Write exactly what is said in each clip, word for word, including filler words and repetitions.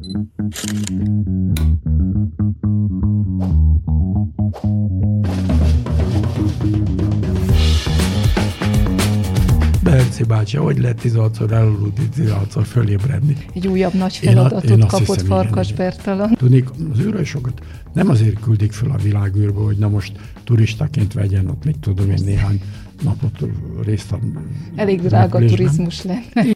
Berci bácsi, hogy lehet tizenhatszor elaludni, tizenhatszor fölébredni? Egy újabb nagy feladatot én, én kapott hiszem, Farkas igen, Bertalan. Tudnék, az űrhajósokat nem azért küldik fel a világűrbe, hogy na most turistaként vegyen ott, mit tudom én, néhány napot részt a... Elég drága turizmus lenne.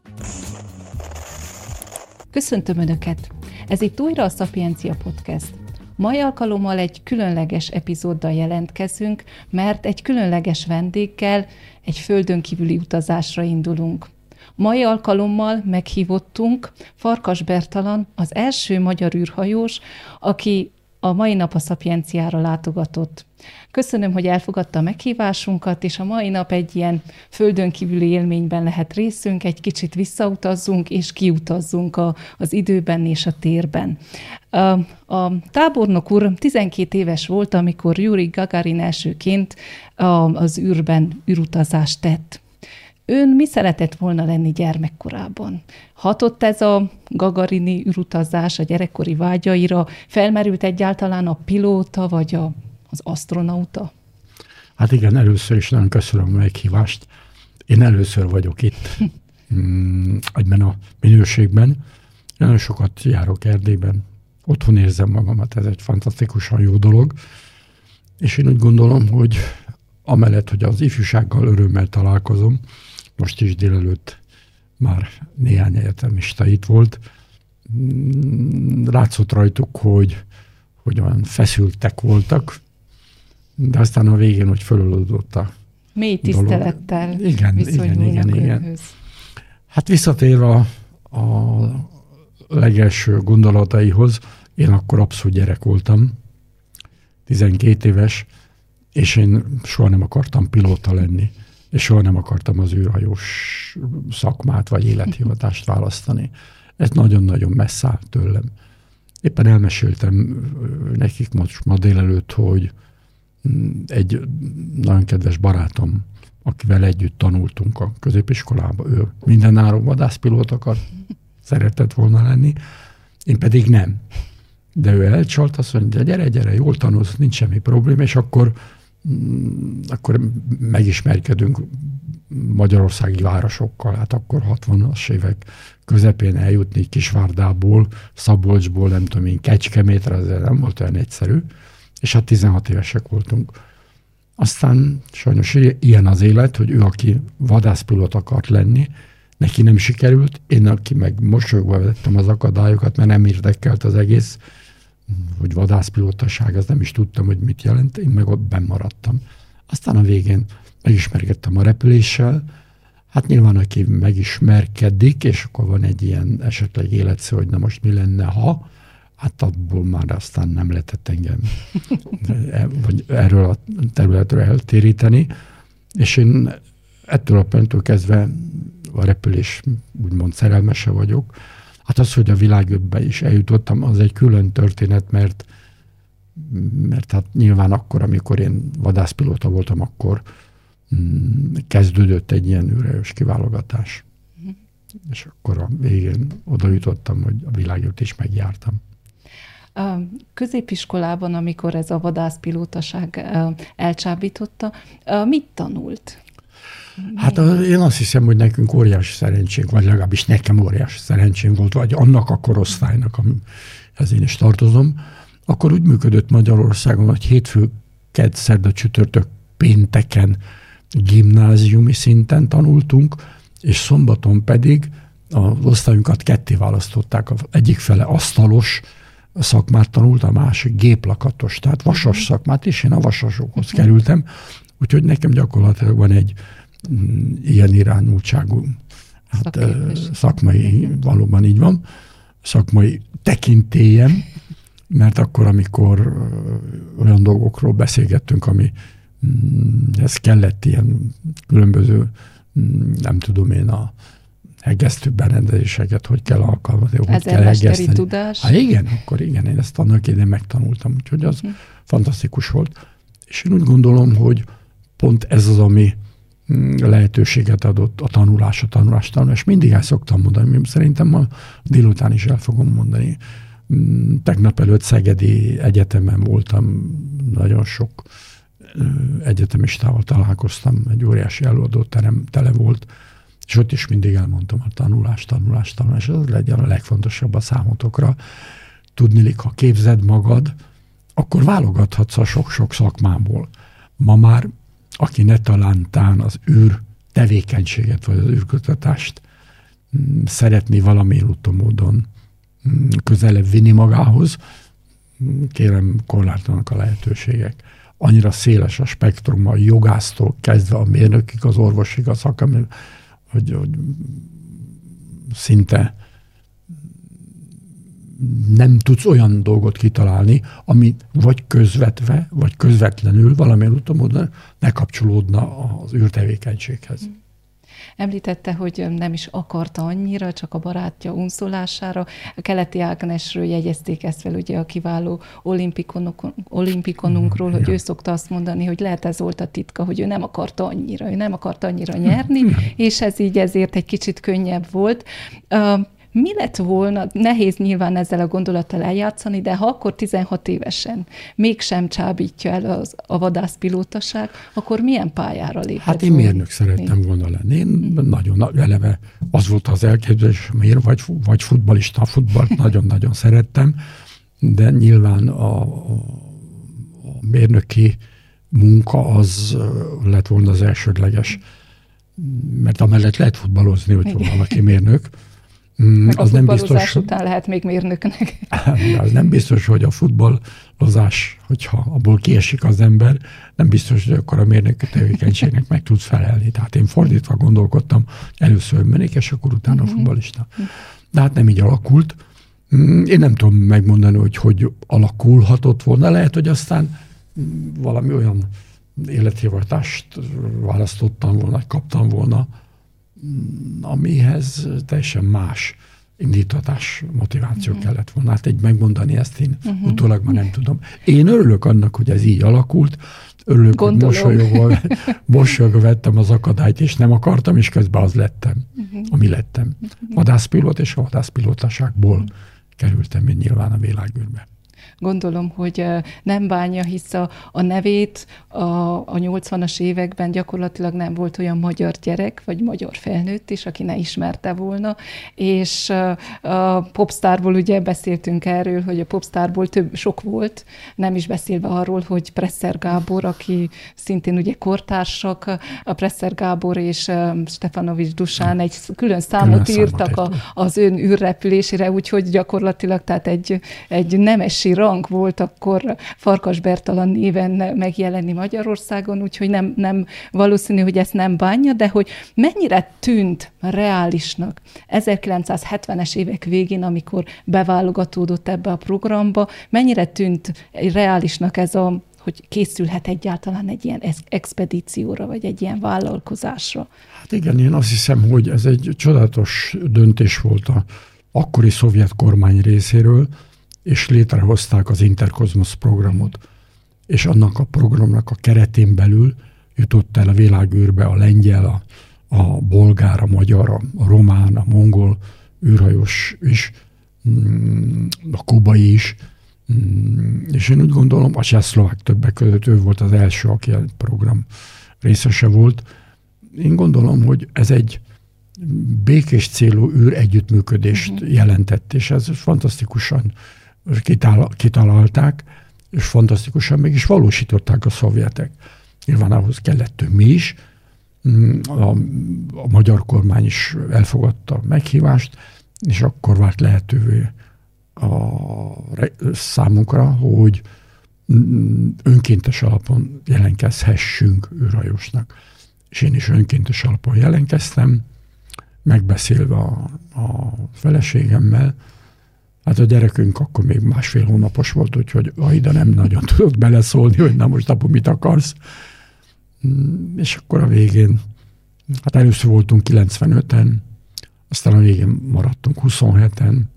Köszöntöm Önöket! Ez itt újra a Szapiencia Podcast. Mai alkalommal egy különleges epizóddal jelentkezünk, mert egy különleges vendéggel egy földön kívüli utazásra indulunk. Mai alkalommal meghívottunk Farkas Bertalan, az első magyar űrhajós, aki a mai nap a Szapienciára látogatott. Köszönöm, hogy elfogadta a meghívásunkat, és a mai nap egy ilyen földön kívüli élményben lehet részünk, egy kicsit visszautazzunk és kiutazzunk a, az időben és a térben. A, a tábornok úr tizenkét éves volt, amikor Juri Gagarin elsőként a, az űrben űrutazást tett. Ön mi szeretett volna lenni gyermekkorában? Hatott ez a gagarini űrutazás a gyerekkori vágyaira? Felmerült egyáltalán a pilóta vagy a, az asztronauta? Hát igen, először is nagyon köszönöm a meghívást. Én először vagyok itt egyben a minőségben. Nagyon sokat járok Erdélyben. Otthon érzem magamat, ez egy fantasztikusan jó dolog. És én úgy gondolom, hogy amellett, hogy az ifjúsággal örömmel találkozom, most is délelőtt már néhány egyetemista itt volt, látszott rajtuk, hogy, hogy olyan feszültek voltak, de aztán a végén, hogy fölolódott a mély tisztelettel dolog. Igen, igen, igen, igen. Hát visszatérve a, a legelső gondolataihoz, én akkor abszolút gyerek voltam, tizenkét éves, és én soha nem akartam pilóta lenni, és soha nem akartam az űrhajós szakmát vagy élethivatást választani. Ez nagyon-nagyon messze áll tőlem. Éppen elmeséltem nekik most ma délelőtt, hogy egy nagyon kedves barátom, akivel együtt tanultunk a középiskolában, ő mindenáron vadászpilóta akar, szeretett volna lenni, én pedig nem. De ő elcsalt, azt mondja, gyere, gyere, jól tanulsz, nincs semmi probléma, és akkor akkor megismerkedünk magyarországi városokkal, hát akkor hatvanas évek közepén eljutni Kisvárdából, Szabolcsból, nem tudom én, Kecskemétre, ez nem volt olyan egyszerű, és hát tizenhat évesek voltunk. Aztán sajnos ilyen az élet, hogy ő, aki vadászpilóta akart lenni, neki nem sikerült, én, aki meg mosolyogva vettem az akadályokat, mert nem érdekelt az egész, hogy vadászpilótaság, azt nem is tudtam, hogy mit jelent, én meg ott benn maradtam. Aztán a végén megismerkedtem a repüléssel, hát nyilván, aki megismerkedik, és akkor van egy ilyen esetleg életszó, hogy na most mi lenne, ha, hát abból már aztán nem lehetett engem vagy erről a területről eltéríteni, és én ettől a ponttól kezdve a repülés úgymond szerelmese vagyok. Hát az, hogy a világűrbe is eljutottam, az egy külön történet, mert, mert hát nyilván akkor, amikor én vadászpilóta voltam, akkor mm, kezdődött egy ilyen űrhajós kiválogatás. Mm. És akkor a végén oda jutottam, hogy a világűrt is megjártam. A középiskolában, amikor ez a vadászpilótaság elcsábította, mit tanult? Hát én azt hiszem, hogy nekünk óriási szerencsénk, vagy legalábbis nekem óriási szerencsénk volt, vagy annak a korosztálynak, amihez én is tartozom, akkor úgy működött Magyarországon, hogy hétfő, kedd, szerda, csütörtök, pénteken gimnáziumi szinten tanultunk, és szombaton pedig az osztályunkat ketté választották. Egyik fele asztalos szakmát tanult, a másik géplakatos, tehát vasas szakmát, és én a vasasokhoz kerültem, úgyhogy nekem gyakorlatilag van egy ilyen irányultságú hát, szakmai, valóban így van, szakmai tekintélyem, mert akkor, amikor olyan dolgokról beszélgettünk, ami ez kellett ilyen különböző, nem tudom én, a hegesztő berendezéseket, hogy kell alkalmazni, hogy kell hegeszteni. Tudás. Hát igen, akkor igen, én ezt annak idején megtanultam, úgyhogy az uh-huh. fantasztikus volt. És én úgy gondolom, hogy pont ez az, ami lehetőséget adott a tanulás, a tanulás, tanulás. Mindig el szoktam mondani, szerintem ma délután is el fogom mondani. Tegnap előtt Szegedi Egyetemen voltam, nagyon sok egyetemistával találkoztam, egy óriási előadóterem tele volt, és ott is mindig elmondtam a tanulás, tanulás, tanulás, ez legyen a legfontosabb a számotokra. Tudniillik, ha képzed magad, akkor válogathatsz a sok-sok szakmából. Ma már, aki ne talántán az űr tevékenységet, vagy az űrkutatást szeretné valamilyen úton módon közelebb vinni magához, kérem, korlátlanak a lehetőségek. Annyira széles a spektrum, a jogásztól kezdve a mérnökig, az orvosig, a szakember, hogy, hogy szinte nem tudsz olyan dolgot kitalálni, ami vagy közvetve, vagy közvetlenül valamilyen úton módon ne kapcsolódna az űrtevékenységhez. Említette, hogy nem is akarta annyira, csak a barátja unszolására. A Keleti Ágnesről jegyezték ezt fel, ugye a kiváló olimpikonunkról, hogy ő szokta azt mondani, hogy lehet ez volt a titka, hogy ő nem akarta annyira, ő nem akarta annyira nyerni, és ez így ezért egy kicsit könnyebb volt. Mi lett volna, nehéz nyilván ezzel a gondolattal eljátszani, de ha akkor tizenhat évesen mégsem csábítja el az, a vadászpilótaság, akkor milyen pályára lépett? Hát én mérnök szerettem volna lenni. Én hmm. nagyon eleve az volt az elképzelés, miért vagy, vagy futballista, a futballt nagyon-nagyon szerettem, de nyilván a, a mérnöki munka az lett volna az elsődleges, mert amellett lehet futballozni, hogy valaki mérnök. Meg az a nem biztos, után lehet még mérnöknek. Az nem biztos, hogy a futballozás, hogyha abból kiesik az ember, nem biztos, hogy akkor a mérnöki tevékenységnek meg tudsz felelni. Tehát én fordítva gondolkodtam, először mennék, és akkor utána a futballista. De hát nem így alakult. Én nem tudom megmondani, hogy hogy alakulhatott volna. Lehet, hogy aztán valami olyan élethivatást választottam volna, kaptam volna, amihez teljesen más indítatás, motiváció uh-huh. kellett volna. Hát egy megmondani ezt én uh-huh. utólag már nem tudom. Én örülök annak, hogy ez így alakult, örülök, Gondolom. hogy mosolyogva, mosolyogva vettem az akadályt, és nem akartam, és közben az lettem, uh-huh. ami lettem. Vadászpilóta, és a vadászpilótaságból uh-huh. kerültem én nyilván a világűrbe. Gondolom, hogy nem bánja, hisz a, a nevét a, a nyolcvanas években gyakorlatilag nem volt olyan magyar gyerek, vagy magyar felnőtt is, aki ne ismerte volna, és a popstárból ugye beszéltünk erről, hogy a popstárból több sok volt, nem is beszélve arról, hogy Presser Gábor, aki szintén ugye kortársak, a Presser Gábor és Stefanovics Dusán egy külön számot külön írtak számot a, az ön űrrepülésére, úgyhogy gyakorlatilag tehát egy, egy nemesi rang volt akkor Farkas Bertalan néven megjelenni Magyarországon, úgyhogy nem, nem valószínű, hogy ezt nem bánja, de hogy mennyire tűnt reálisnak ezerkilencszázhetvenes évek végén, amikor beválogatódott ebbe a programba, mennyire tűnt reálisnak ez a, hogy készülhet egyáltalán egy ilyen expedícióra, vagy egy ilyen vállalkozásra? Hát igen, én azt hiszem, hogy ez egy csodálatos döntés volt a akkori szovjet kormány részéről, és létrehozták az Interkozmosz programot, és annak a programnak a keretén belül jutott el a világűrbe a lengyel, a, a bolgár, a magyar, a, a román, a mongol űrhajós is, a kubai is, és én úgy gondolom, a csehszlovák többek között ő volt az első, aki a program részese volt. Én gondolom, hogy ez egy békés célú űr együttműködést uh-huh. jelentett, és ez fantasztikusan kitalálták, és fantasztikusan meg is valósították a szovjetek. Nyilván ahhoz kellett mi is, a, a magyar kormány is elfogadta a meghívást, és akkor vált lehetővé a számunkra, hogy önkéntes alapon jelentkezhessünk űrhajósnak. És én is önkéntes alapon jelentkeztem, megbeszélve a, a feleségemmel. Hát a gyerekünk akkor még másfél hónapos volt, úgyhogy Aida nem nagyon tudott beleszólni, hogy na most apu, mit akarsz. És akkor a végén, hát először voltunk kilencvenöten, aztán a végén maradtunk huszonheten,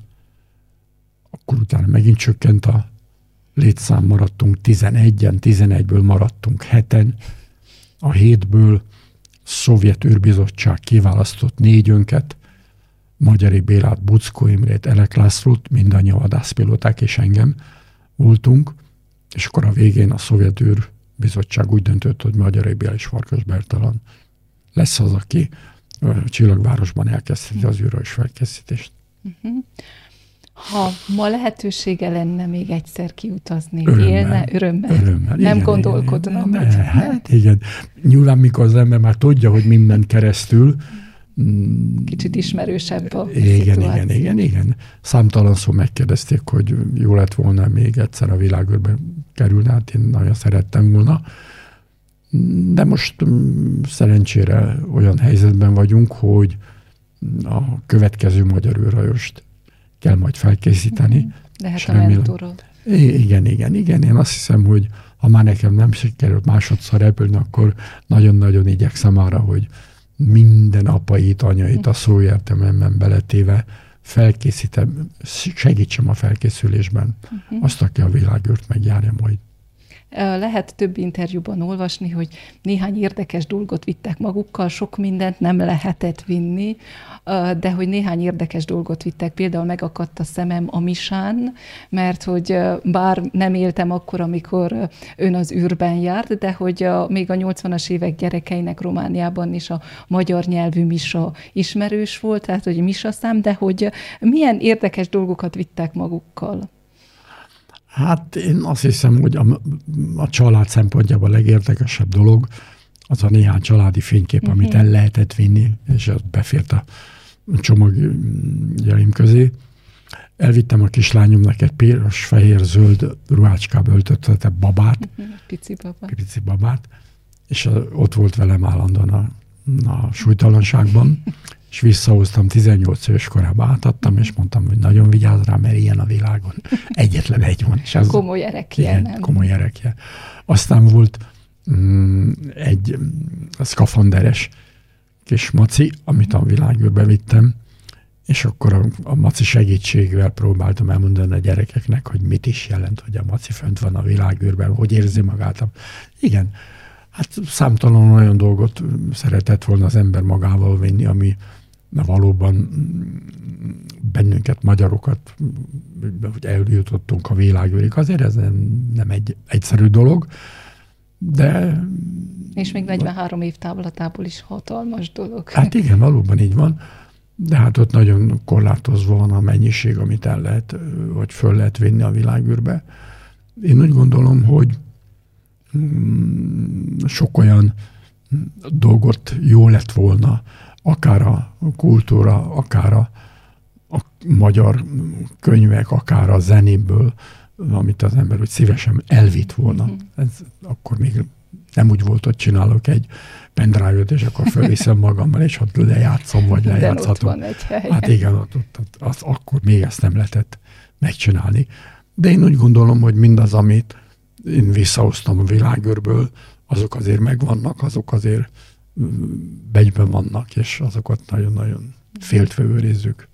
akkor utána megint csökkent a létszám, maradtunk tizenegyen, tizenegyből maradtunk heten, a hétből szovjet űrbizottság kiválasztott négyünket, Magyari Bélát, Buczkó Imrét, Elek Lászlót, mindannyian vadászpilóták és engem voltunk, és akkor a végén a szovjet űrbizottság úgy döntött, hogy Magyari Béla és Farkas Bertalan lesz az, aki a Csillagvárosban elkezdheti az űrrajzs felkészítést. Uh-huh. Ha ma lehetősége lenne még egyszer kiutazni, örömmel, élne örömmel, örömmel. Nem igen, gondolkodna. Igen, hogy ne, hát igen. Nyilván mikor az ember már tudja, hogy minden keresztül. Kicsit ismerősebb a igen, szituáció. Igen, igen, igen. Számtalan szó megkérdezték, hogy jó lett volna még egyszer a világűrbe kerülni, hát én nagyon szerettem volna. De most szerencsére olyan helyzetben vagyunk, hogy a következő magyar űrhajóst kell majd felkészíteni. Lehet a mentorod. Igen, igen, igen. Én azt hiszem, hogy ha már nekem nem sikerült másodszor repülni, akkor nagyon-nagyon igyekszem arra, hogy minden apait, anyait a szó értelemben beletéve felkészítem, segítsem a felkészülésben uh-huh. azt, aki a világűrt megjárja majd. Lehet több interjúban olvasni, hogy néhány érdekes dolgot vittek magukkal, sok mindent nem lehetett vinni, de hogy néhány érdekes dolgot vittek. Például megakadt a szemem a misán, mert hogy bár nem éltem akkor, amikor ön az űrben járt, de hogy a, még a nyolcvanas évek gyerekeinek Romániában is a magyar nyelvű misa ismerős volt, tehát hogy misaszám, de hogy milyen érdekes dolgokat vittek magukkal. Hát én azt hiszem, hogy a, a család szempontjából a legérdekesebb dolog az a néhány családi fénykép, uh-huh. amit el lehetett vinni, és az befért a csomagjaim közé. Elvittem a kislányomnak egy piros, fehér, zöld ruhácskába öltöttetett babát, uh-huh. pici babát. pici babát, és a, ott volt velem állandóan a, a súlytalanságban, és visszahoztam, tizennyolc éves korában átadtam, és mondtam, hogy nagyon vigyázz rá, mert ilyen a világon. Egyetlen egy van. És az, komoly erekje, nem? Komoly erekje. Aztán volt mm, egy szkafanderes kis maci, amit a világűrbe vittem, és akkor a, a maci segítségével próbáltam elmondani a gyerekeknek, hogy mit is jelent, hogy a maci fönt van a világűrben, hogy érzi magát. Igen, hát számtalan olyan dolgot szeretett volna az ember magával vinni, ami na valóban bennünket, magyarokat, hogy eljutottunk a világűrig. Azért ez nem, nem egy egyszerű dolog, de... És még negyvenhárom év távlatából is hatalmas dolog. Hát igen, valóban így van, de hát ott nagyon korlátozva van a mennyiség, amit el lehet, vagy föl lehet vinni a világűrbe. Én úgy gondolom, hogy sok olyan dolgot jó lett volna, akár a kultúra, akár a, a magyar könyvek, akár a zenéből, amit az ember úgy szívesen elvitt volna. Mm-hmm. Ez akkor még nem úgy volt, hogy csinálok egy pendrive-ot, és akkor fölviszem magammal, és ott lejátszom, vagy lejátszhatom. Hát igen, ott, ott, ott, az, akkor még ezt nem lehetett megcsinálni. De én úgy gondolom, hogy mindaz, amit én visszahoztam a világűrből, azok azért megvannak, azok azért begyben vannak, és azokat nagyon-nagyon féltve őrizzük.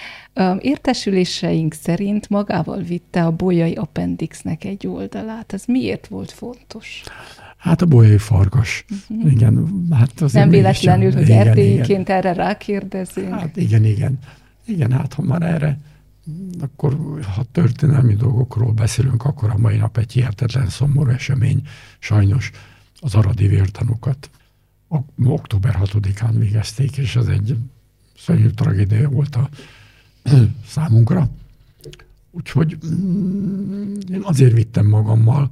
Értesüléseink szerint magával vitte a bolyai appendixnek egy oldalát. Ez miért volt fontos? Hát a bolyai farkas. Uh-huh. Igen, hát azért nem véletlenül, hogy igen, erdélyiként igen. erre rákérdezünk. Hát igen, igen. Igen, hát ha már erre, akkor ha történelmi dolgokról beszélünk, akkor a mai nap egy hihetetlen szomorú esemény. Sajnos az aradi vértanúkat október hatodikán végezték, és ez egy szörnyű tragédia volt a számunkra. Úgyhogy én azért vittem magammal,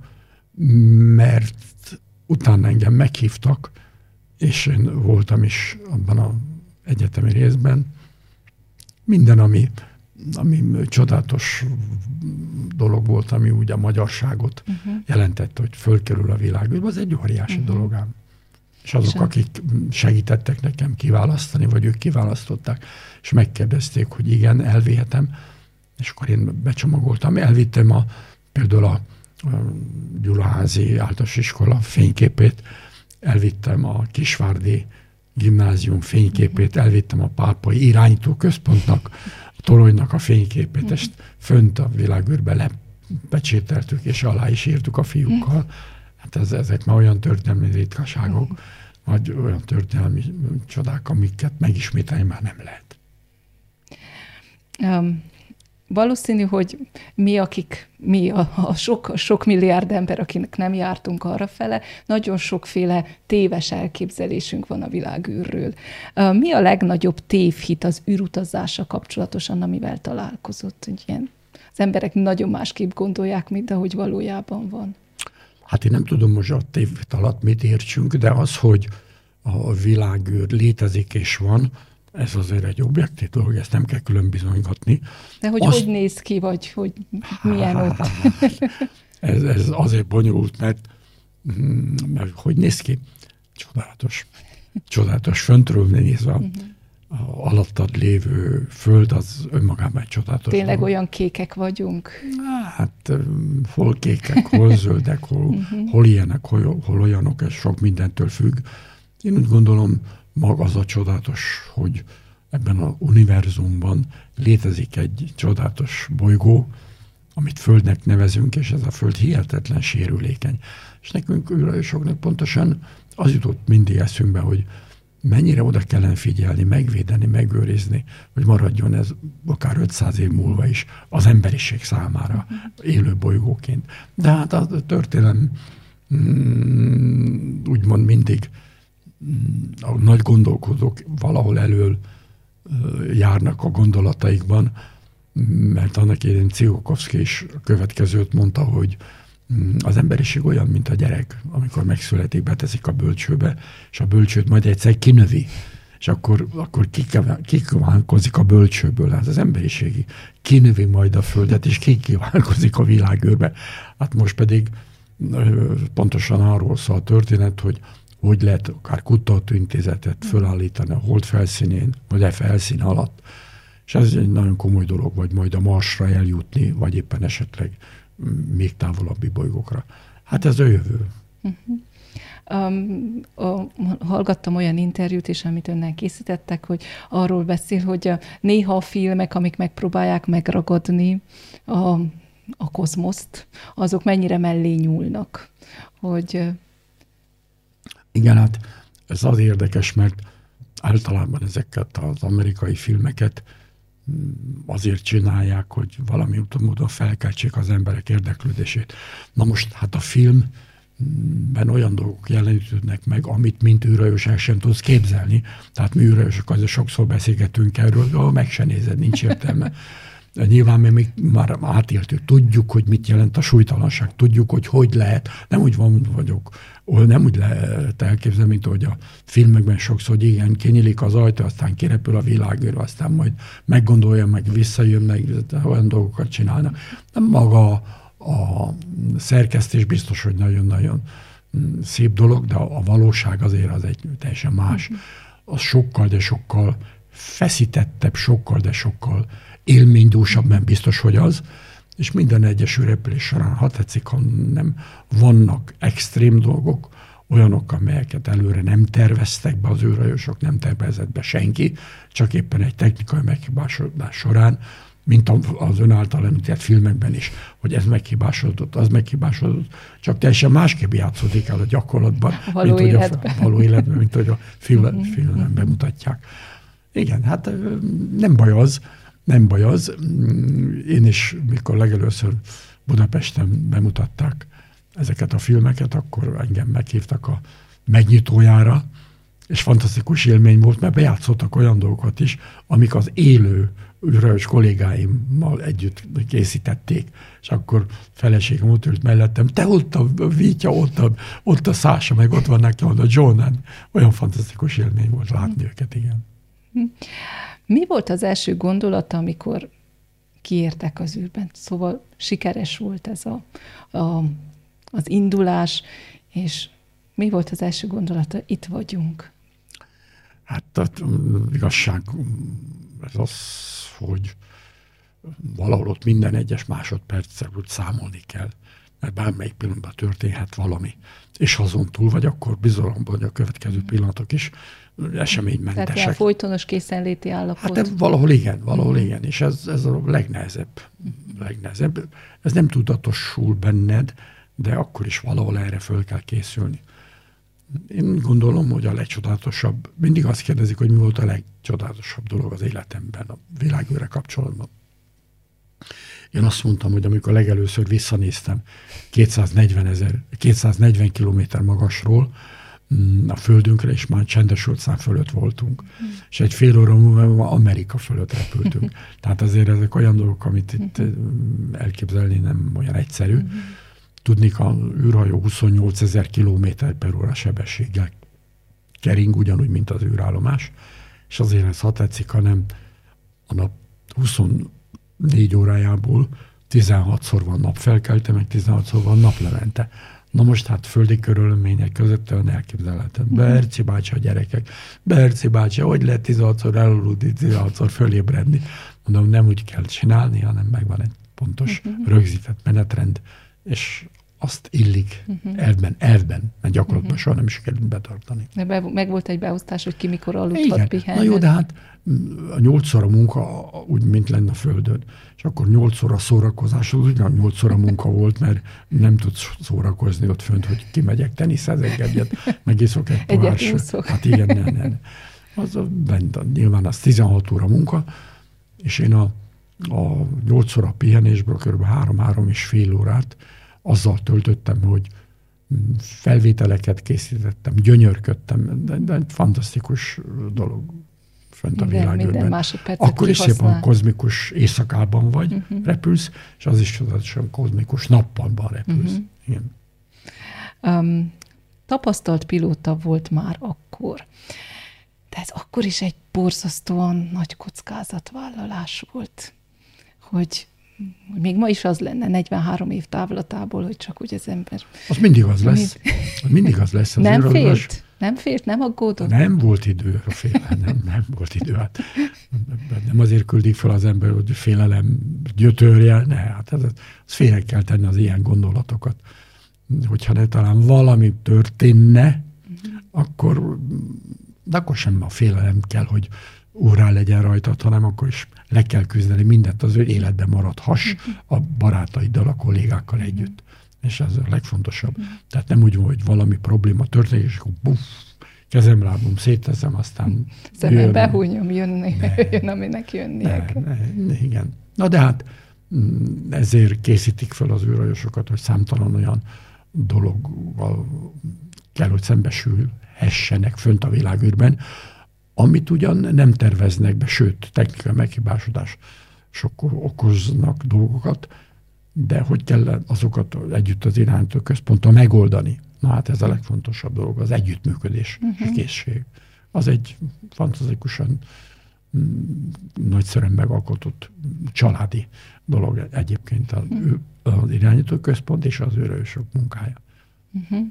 mert utána engem meghívtak, és én voltam is abban az egyetemi részben. Minden, ami, ami csodálatos dolog volt, ami úgy a magyarságot uh-huh. jelentette, hogy fölkerül a világűrbe, az egy óriási uh-huh. dolog ám. És azok, akik segítettek nekem kiválasztani, vagy ők kiválasztották, és megkérdezték, hogy igen, elvihetem, és akkor én becsomagoltam. Elvittem a, például a, a Gyulaházi általános iskola fényképét, elvittem a Kisvárdi gimnázium fényképét, elvittem a Pápai Irányító Központnak, a toronynak a fényképét, ezt fönt a világűrbe lepecsételtük, és alá is írtuk a fiúkkal. Hát ez, ezek már olyan történelmi ritkaságok, vagy olyan történelmi csodák, amiket megismételni már nem lehet. Um, valószínű, hogy mi, akik, mi a, a sok, sok milliárd ember, akinek nem jártunk arrafele, nagyon sokféle téves elképzelésünk van a világűrről. Uh, mi a legnagyobb tévhit az űrutazással kapcsolatosan, amivel találkozott? Ilyen, az emberek nagyon másképp gondolják, mint ahogy valójában van. Hát én nem tudom most a tévhit alatt mit értsünk, de az, hogy a világűr létezik és van, ez azért egy objektív dolog, ezt nem kell külön bizonygatni. De hogy Azt... hogy néz ki, vagy hogy milyen ott? ez, ez azért bonyolult, mert, mert hogy néz ki? Csodálatos. Csodálatos. Föntről nézve uh-huh. a alattad lévő föld, az önmagában egy csodálatos. Tényleg dolog. Olyan kékek vagyunk? Hát hol kékek, hol zöldek, hol, uh-huh. hol ilyenek, hol, hol olyanok, ez sok mindentől függ. Én úgy gondolom, maga az a csodálatos, hogy ebben az univerzumban létezik egy csodálatos bolygó, amit Földnek nevezünk, és ez a Föld hihetetlen sérülékeny. És nekünk űrhajósoknak pontosan az jutott mindig eszünkbe, hogy mennyire oda kellene figyelni, megvédeni, megőrizni, hogy maradjon ez akár ötszáz év múlva is az emberiség számára élő bolygóként. De hát a történelem mm, úgymond mindig a nagy gondolkodók valahol elől járnak a gondolataikban, mert annak idején Tsiolkovszky is a következőt mondta, hogy az emberiség olyan, mint a gyerek, amikor megszületik, beteszik a bölcsőbe, és a bölcsőt majd egyszer kinövi, és akkor, akkor kikívánkozik a bölcsőből. Hát az emberiség kinövi majd a Földet, és kikívánkozik a világűrbe. Hát most pedig pontosan arról szól a történet, hogy hogy lehet akár kutatóintézetet fölállítani a hold felszínén, vagy a felszín alatt. És ez egy nagyon komoly dolog, vagy majd a Marsra eljutni, vagy éppen esetleg még távolabbi bolygókra. Hát ez a jövő. Uh-huh. Um, a, hallgattam olyan interjút is, amit önnel készítettek, hogy arról beszél, hogy a, néha a filmek, amik megpróbálják megragadni a, a kozmoszt, azok mennyire mellé nyúlnak, hogy... Igen, hát ez az érdekes, mert általában ezeket az amerikai filmeket azért csinálják, hogy valami módon felkeltsék az emberek érdeklődését. Na most hát a filmben olyan dolgok jelenítődnek meg, amit mint űrhajós el sem tudsz képzelni. Tehát mi űrhajósok azért sokszor beszélgetünk erről, hogy meg se nézed, nincs értelme. De nyilván mi még már átéltük, tudjuk, hogy mit jelent a súlytalanság, tudjuk, hogy hogy lehet, nem úgy van, vagyok, nem úgy lehet elképzelni, mint hogy a filmekben sokszor, hogy igen, kinyílik az ajtó, aztán kirepül a világűrbe, aztán majd meggondolja, meg visszajön, meg olyan dolgokat csinálnak. De maga a szerkesztés biztos, hogy nagyon-nagyon szép dolog, de a valóság azért az egy teljesen más. Az sokkal, de sokkal feszítettebb, sokkal, de sokkal élménydúsabb, nem biztos, hogy az, és minden egyes repülés során, ha tetszik, ha nem, vannak extrém dolgok, olyanok, amelyeket előre nem terveztek be az űrhajósok, nem tervezett be senki, csak éppen egy technikai meghibásodás során, mint az ön által említett filmekben is, hogy ez meghibásodott, az meghibásodott, csak teljesen másképp játszódik el a gyakorlatban, a való, mint életben. A, a való életben, mint hogy a film, filmben bemutatják. Igen, hát nem baj az, nem baj az. Én is, mikor legelőször Budapesten bemutatták ezeket a filmeket, akkor engem meghívtak a megnyitójára, és fantasztikus élmény volt, mert bejátszottak olyan dolgokat is, amik az élő űrhajós kollégáimmal együtt készítették, és akkor feleségem ott ült mellettem, te ott a Vítja, ott a, ott a Szása, meg ott van nekem, a John, olyan fantasztikus élmény volt látni őket, igen. Mi volt az első gondolata, amikor kiértek az űrben? Szóval sikeres volt ez a, a, az indulás, és mi volt az első gondolata? Itt vagyunk. Hát az igazság ez az, hogy valahol ott minden egyes másodperccel úgy számolni kell, mert bármelyik pillanatban történhet valami. És ha azon túl vagy, akkor bizonyos, hogy a következő pillanatok is eseménymentesek. Tehát ilyen folytonos készenléti állapot. Hát valahol igen, valahol igen, és ez, ez a legnehezebb, legnehezebb. Ez nem tudatosul benned, de akkor is valahol erre föl kell készülni. Én gondolom, hogy a legcsodálatosabb, mindig azt kérdezik, hogy mi volt a legcsodálatosabb dolog az életemben, a világűrrel kapcsolatban. Én azt mondtam, hogy amikor legelőször visszanéztem kétszáznegyven ezer, kétszáznegyven kilométer magasról a földünkre, és már csendes óceán fölött voltunk. Mm. És egy fél óra múlva Amerika fölött repültünk. Tehát azért ezek olyan dolgok, amit itt elképzelni nem olyan egyszerű. Mm. Tudnik, a űrhajó huszonnyolc ezer kilométer per óra sebességgel kering, ugyanúgy, mint az űrállomás. És azért ez, ha tetszik, hanem a nap huszonnégy órájából tizenhatszor van napfelkelte, meg tizenhatszor van naplevente. Na most hát földi körülmények között olyan elképzelhetetlen. Berci bácsi a gyerekek. Berci bácsi, hogy lehet tizenhatszor elaludni, tizenhatszor fölébredni? Mondom, nem úgy kell csinálni, hanem megvan egy pontos, rögzített menetrend, és azt illik uh-huh. elvben, elvben, mert gyakorlatban uh-huh. soha nem sikerült betartani. De be, meg volt egy beosztás, hogy ki mikor aludhat, pihenhet. Na jó, de hát a nyolc óra munka úgy, mint lenne a Földön. És akkor nyolc óra szórakozás, az ugyan nyolc óra munka volt, mert nem tudsz szórakozni ott fönt, hogy kimegyek teniszezek egyet, meg iszok egy pohár sört. Hát igen, nem, nem. Az a, nyilván az tizenhat óra munka, és én a, a nyolc óra pihenésből kb. három-három és fél órát azzal töltöttem, hogy felvételeket készítettem, gyönyörködtem, de, de egy fantasztikus dolog fönt a világűrben. Akkor is szépen kozmikus éjszakában vagy, uh-huh. repülsz, és az is csodálatosan kozmikus nappalban repülsz. Uh-huh. Igen. Um, tapasztalt pilóta volt már akkor, de ez akkor is egy borzasztóan nagy kockázatvállalás volt, hogy még ma is az lenne, negyvenhárom év távlatából, hogy csak úgy az ember... Az mindig az lesz. Az mindig az lesz. Az nem félt? Az... Nem félt? Nem aggódott? Nem volt idő a félelem. Nem, nem volt idő. Hát, nem azért küldik fel az ember, hogy félelem gyötörje. Ne, hát ez, az félre kell tenni az ilyen gondolatokat. Hogyha ne talán valami történne, uh-huh. akkor, de akkor sem a félelem kell, hogy órá legyen rajtad, hanem akkor is le kell küzdeni mindent, az ő életben maradhass a barátaiddal, a kollégákkal együtt. És ez a legfontosabb. Tehát nem úgy van, hogy valami probléma történik, és akkor buff, kezem, lábom, szétteszem, aztán szemben behúnyom, jönni, ne, jön, aminek jönnie kell. Ne, ne, igen. Na de hát ezért készítik fel az űrhajósokat, hogy számtalan olyan dologgal kell, hogy szembesülhessenek fönt a világűrben, amit ugyan nem terveznek be, sőt, technikai meghibásodás sokkal okoznak dolgokat, de hogy kell azokat együtt az irányító központtal megoldani. Na hát ez a legfontosabb dolog, az együttműködés, uh-huh. készség. Az egy fantasztikusan mm, nagyszerűen megalkotott családi dolog egyébként az, uh-huh. az irányító központ és az űrhajósok munkája. Uh-huh.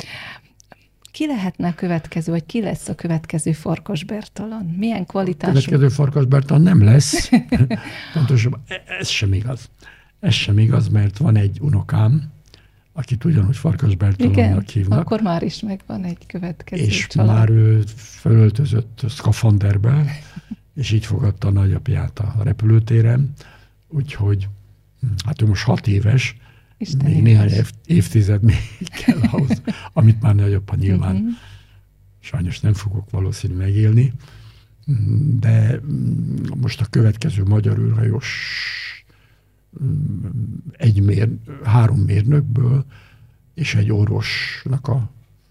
Ki lehetne a következő, vagy ki lesz a következő Farkas Bertalan? Milyen kvalitású? A következő Farkas Bertalan nem lesz. Pontosabban ez sem igaz. Ez sem igaz, mert van egy unokám, akit ugyanúgy Farkas Bertalannak hívnak. Akkor már is megvan egy következő és család. Már ő felöltözött szkafanderbe, és így fogadta a nagyapját a repülőtéren. Úgyhogy hát ő most hat éves, Isten még éves. Néhány év, évtized még kell ahhoz, amit már nagyapa nyilván uh-huh. sajnos nem fogok valószínű megélni, de most a következő magyar űrhajós egy mér, három mérnökből és egy orvosnak a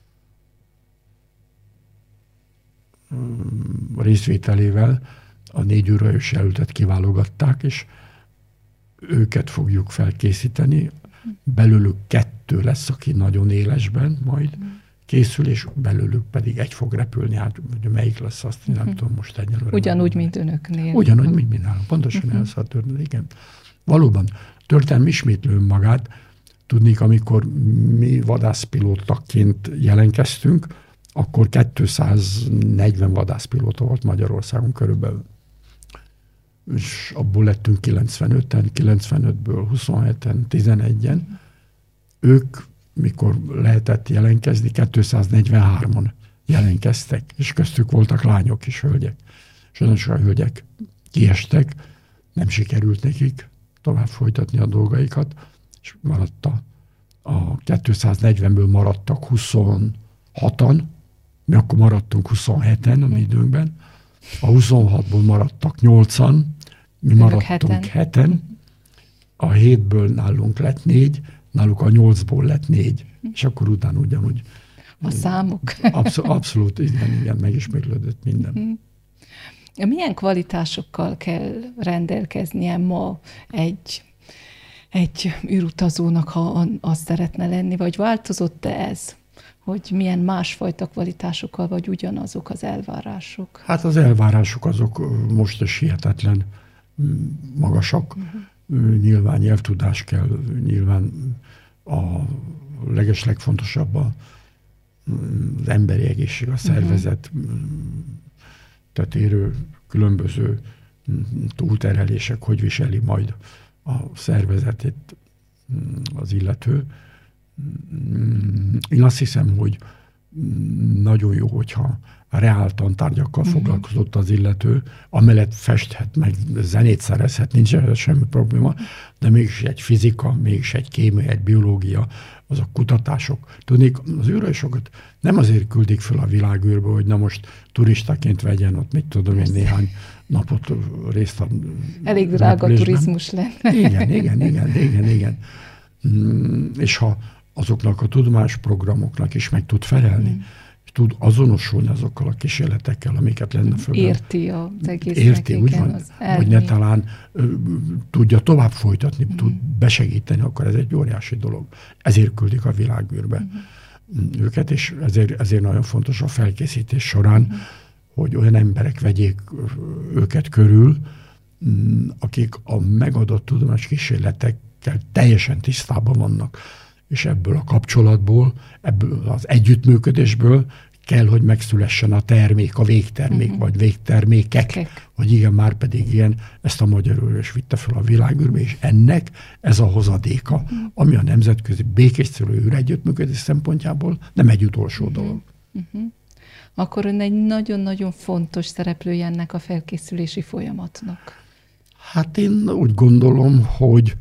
részvételével a négy űrhajós jelöltet kiválogatták, és őket fogjuk felkészíteni. Belőlük kettő lesz, aki nagyon élesben majd készül, és belőlük pedig egy fog repülni. Hát melyik lesz, azt nem uh-huh. tudom most egyelőre. Ugyanúgy, mint önöknél. Ugyanúgy, mint mi nálunk. Pontosan uh-huh. ez a történet, igen. Valóban, történelem ismétlő magát. Tudnék, amikor mi vadászpilótaként jelentkeztünk, akkor kétszáznegyven vadászpilóta volt Magyarországon körülbelül. És abból lettünk kilencvenöten, kilencvenötből huszonheten, tizenegyen. Ők, mikor lehetett jelentkezni, kétszáznegyvenhárman jelentkeztek, és köztük voltak lányok és hölgyek. Sajnos a hölgyek kiestek, nem sikerült nekik tovább folytatni a dolgaikat, és maradt a, a kétszáznegyvenből maradtak huszonhat hatan, mi akkor maradtunk huszonheten a mi időnkben, a huszonhatból maradtak nyolcan, mi maradtunk heten, a hétből nálunk lett négy, náluk a nyolcból lett négy, és akkor utána ugyanúgy. A számok. Abszolút, abszolút igen, igen, megismétlődött minden. Milyen kvalitásokkal kell rendelkeznie ma egy, egy űrutazónak, ha azt szeretne lenni, vagy változott-e ez? Hogy milyen másfajta kvalitásokkal, vagy ugyanazok az elvárások? Hát az elvárások azok most is hihetetlen magasak. Uh-huh. Nyilván nyelvtudás kell, nyilván a legeslegfontosabb az emberi egészség, a szervezet, uh-huh. tehát érő különböző túlterhelések, hogy viseli majd a szervezetét az illető. Én azt hiszem, hogy nagyon jó, hogyha a reál tantárgyakkal uh-huh. foglalkozott az illető, amellett festhet, meg zenét szerezhet, nincs semmi probléma, de mégis egy fizika, mégis egy kémia, egy biológia, azok kutatások. Tudnék, az űrhajósokat nem azért küldik fel a világűrbe, hogy na most turistaként vegyen ott, mit tudom én, néhány napot részt a elég drága turizmus lenne. Igen, igen, igen, igen, igen. És ha azoknak a tudomásprogramoknak is meg tud felelni, mm. és tud azonosulni azokkal a kísérletekkel, amiket lenne föl. Érti az egésznek. Érti, úgy van, hogy ne talán ö, tudja tovább folytatni, mm. tud besegíteni, akkor ez egy óriási dolog. Ezért küldik a világűrbe mm. őket, és ezért, ezért nagyon fontos a felkészítés során, mm. hogy olyan emberek vegyék őket körül, akik a megadott tudományos kísérletekkel teljesen tisztában vannak, és ebből a kapcsolatból, ebből az együttműködésből kell, hogy megszülessen a termék, a végtermék, uh-huh. vagy végtermékek, okay. hogy igen, már pedig ilyen, ezt a magyar űrös vitte fel a világűrbe, és ennek ez a hozadéka, uh-huh. ami a nemzetközi békésszerű űr együttműködés szempontjából nem egy utolsó uh-huh. dolog. Uh-huh. Akkor ön egy nagyon-nagyon fontos szereplője ennek a felkészülési folyamatnak. Hát én úgy gondolom, hogy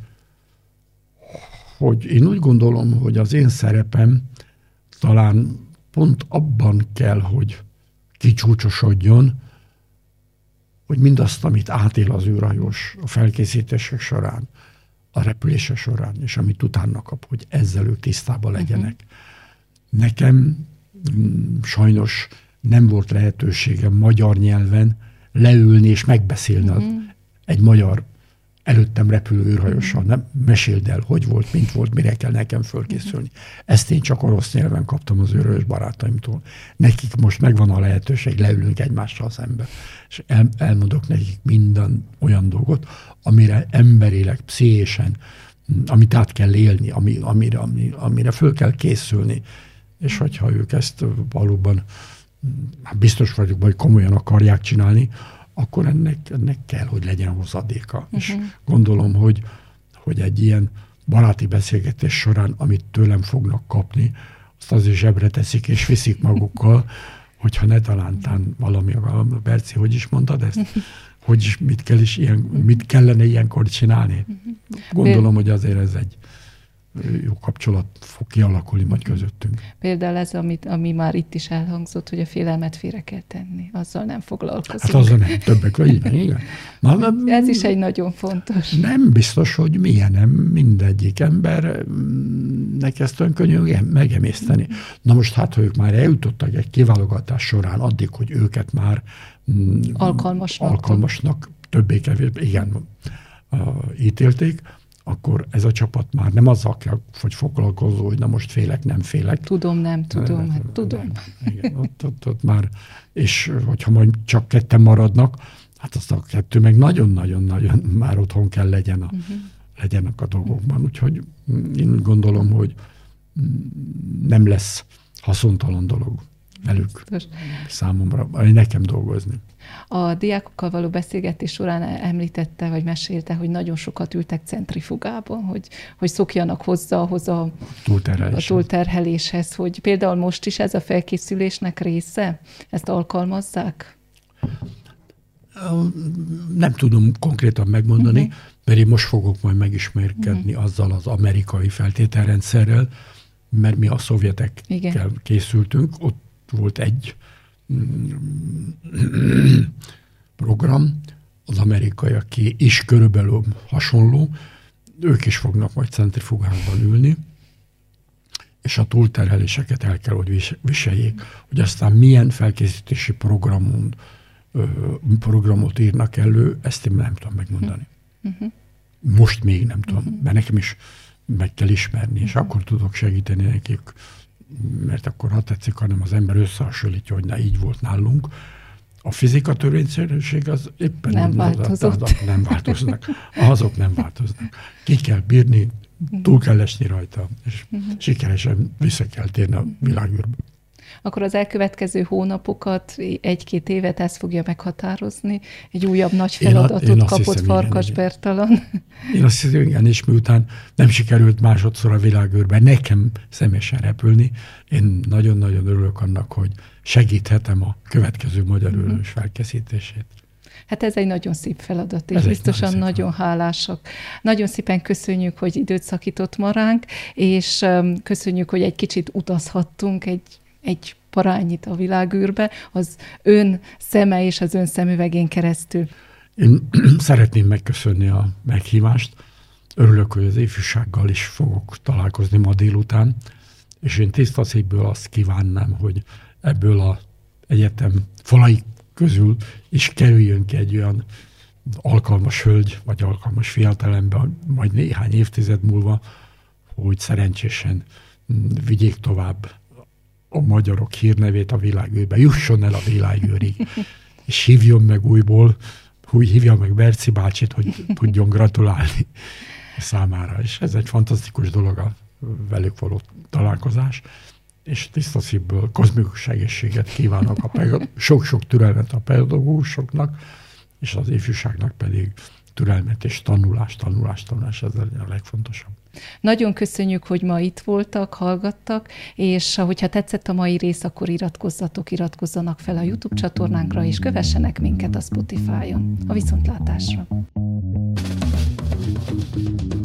hogy én úgy gondolom, hogy az én szerepem talán pont abban kell, hogy kicsúcsosodjon, hogy mindazt, amit átél az űrhajós a felkészítések során, a repülések során, és amit utána kap, hogy ezzel ők tisztában legyenek. Uh-huh. Nekem m, sajnos nem volt lehetőségem magyar nyelven leülni és megbeszélni uh-huh. egy magyar előttem repülő űrhajóssal, nem meséld el, hogy volt, mint volt, mire kell nekem fölkészülni. Ezt én csak orosz nyelven kaptam az űrhajós barátaimtól. Nekik most megvan a lehetőség, leülünk egymással szembe, és el, elmondok nekik minden olyan dolgot, amire emberileg, pszichésen, amit át kell élni, ami, amire, ami, amire föl kell készülni. És hogyha ők ezt valóban, biztos vagyok, hogy komolyan akarják csinálni, akkor ennek, ennek kell, hogy legyen hozadéka. Uh-huh. És gondolom, hogy, hogy egy ilyen baráti beszélgetés során, amit tőlem fognak kapni, azt azért zsebre teszik és viszik magukkal, hogyha ne talántán valami, a Berci, hogy is mondtad ezt? Hogy is, mit, kell is ilyen, mit kellene ilyenkor csinálni? Gondolom, hogy azért ez egy jó kapcsolat fog kialakulni majd közöttünk. Például ez, amit, ami már itt is elhangzott, hogy a félelmet félre kell tenni. Azzal nem foglalkozunk. Hát azzal nem, többek vagy, igen. igen. Na, nem, ez is egy nagyon fontos. Nem biztos, hogy milyen, nem mindegyik embernek ezt olyan könnyű megemészteni. Na most hát, ha ők már eljutottak egy kiválogatás során addig, hogy őket már alkalmasnak, alkalmasnak többé-kevésbé, igen, ítélték, akkor ez a csapat már nem azzal kell, hogy foglalkozó, hogy na most félek, nem félek. Tudom, nem tudom, hát tudom. Nem, igen, ott, ott, ott már, és hogyha majd csak ketten maradnak, hát azt a kettő meg nagyon-nagyon-nagyon már otthon kell legyen a, uh-huh. legyenek a dolgokban. Úgyhogy én úgy gondolom, hogy nem lesz haszontalan dolog velük számomra, nekem dolgozni. A diákokkal való beszélgetés során említette, vagy mesélte, hogy nagyon sokat ültek centrifugában, hogy, hogy szokjanak hozzá ahhoz a, a túlterheléshez, hogy például most is ez a felkészülésnek része? Ezt alkalmazzák? Nem tudom konkrétan megmondani, uh-huh. mert én most fogok majd megismerkedni uh-huh. azzal az amerikai feltételrendszerrel, mert mi a szovjetekkel Igen. készültünk, ott volt egy program, az amerikaiaké is körülbelül hasonló, ők is fognak majd centrifugákban ülni, és a túlterheléseket el kell, hogy viseljék, hogy aztán milyen felkészítési programon, programot írnak elő, ezt én nem tudom megmondani. Uh-huh. Most még nem tudom, uh-huh. mert nekem is meg kell ismerni, és uh-huh. akkor tudok segíteni nekik, mert akkor, ha tetszik, hanem az ember összehasonlítja, hogy na, így volt nálunk. A fizika törvényszerűség az éppen nem változott. Nem változnak. Azok nem változnak. Ki kell bírni, túl kell esni rajta, és uh-huh. sikeresen vissza kell térni a világűrbe. Akkor az elkövetkező hónapokat, egy-két évet ez fogja meghatározni? Egy újabb nagy feladatot én a, én kapott hiszem, Farkas igen, Bertalan? Én azt hiszem, igen, és miután nem sikerült másodszor a világűrbe nekem személyesen repülni, én nagyon-nagyon örülök annak, hogy segíthetem a következő magyar űrős uh-huh. felkészítését. Hát ez egy nagyon szép feladat, és ez biztosan nagyon, nagyon hálásak. Nagyon szépen köszönjük, hogy időt szakított ma ránk, és köszönjük, hogy egy kicsit utazhattunk egy egy parányit a világűrbe, az ön szeme és az ön szemüvegén keresztül. Én szeretném megköszönni a meghívást. Örülök, hogy az ifjúsággal is fogok találkozni ma délután, és én tiszta szívből azt kívánnám, hogy ebből az egyetem falai közül is kerüljön ki egy olyan alkalmas hölgy, vagy alkalmas fiatalember, majd néhány évtized múlva, hogy szerencsésen vigyék tovább a magyarok hírnevét a világűrbe, jusson el a világűrig, és hívjon meg újból, úgy hívja meg Berci bácsit, hogy tudjon gratulálni számára. És ez egy fantasztikus dolog a velük való találkozás, és tiszta szívből kozmikus egészséget kívánok, a pegad- sok-sok türelmet a pedagógusoknak, és az ifjúságnak pedig türelmet és tanulás, tanulás, tanulás, ez a legfontosabb. Nagyon köszönjük, hogy ma itt voltak, hallgattak, és hogyha tetszett a mai rész, akkor iratkozzatok, iratkozzanak fel a YouTube csatornánkra, és kövessenek minket a Spotify-on. A viszontlátásra!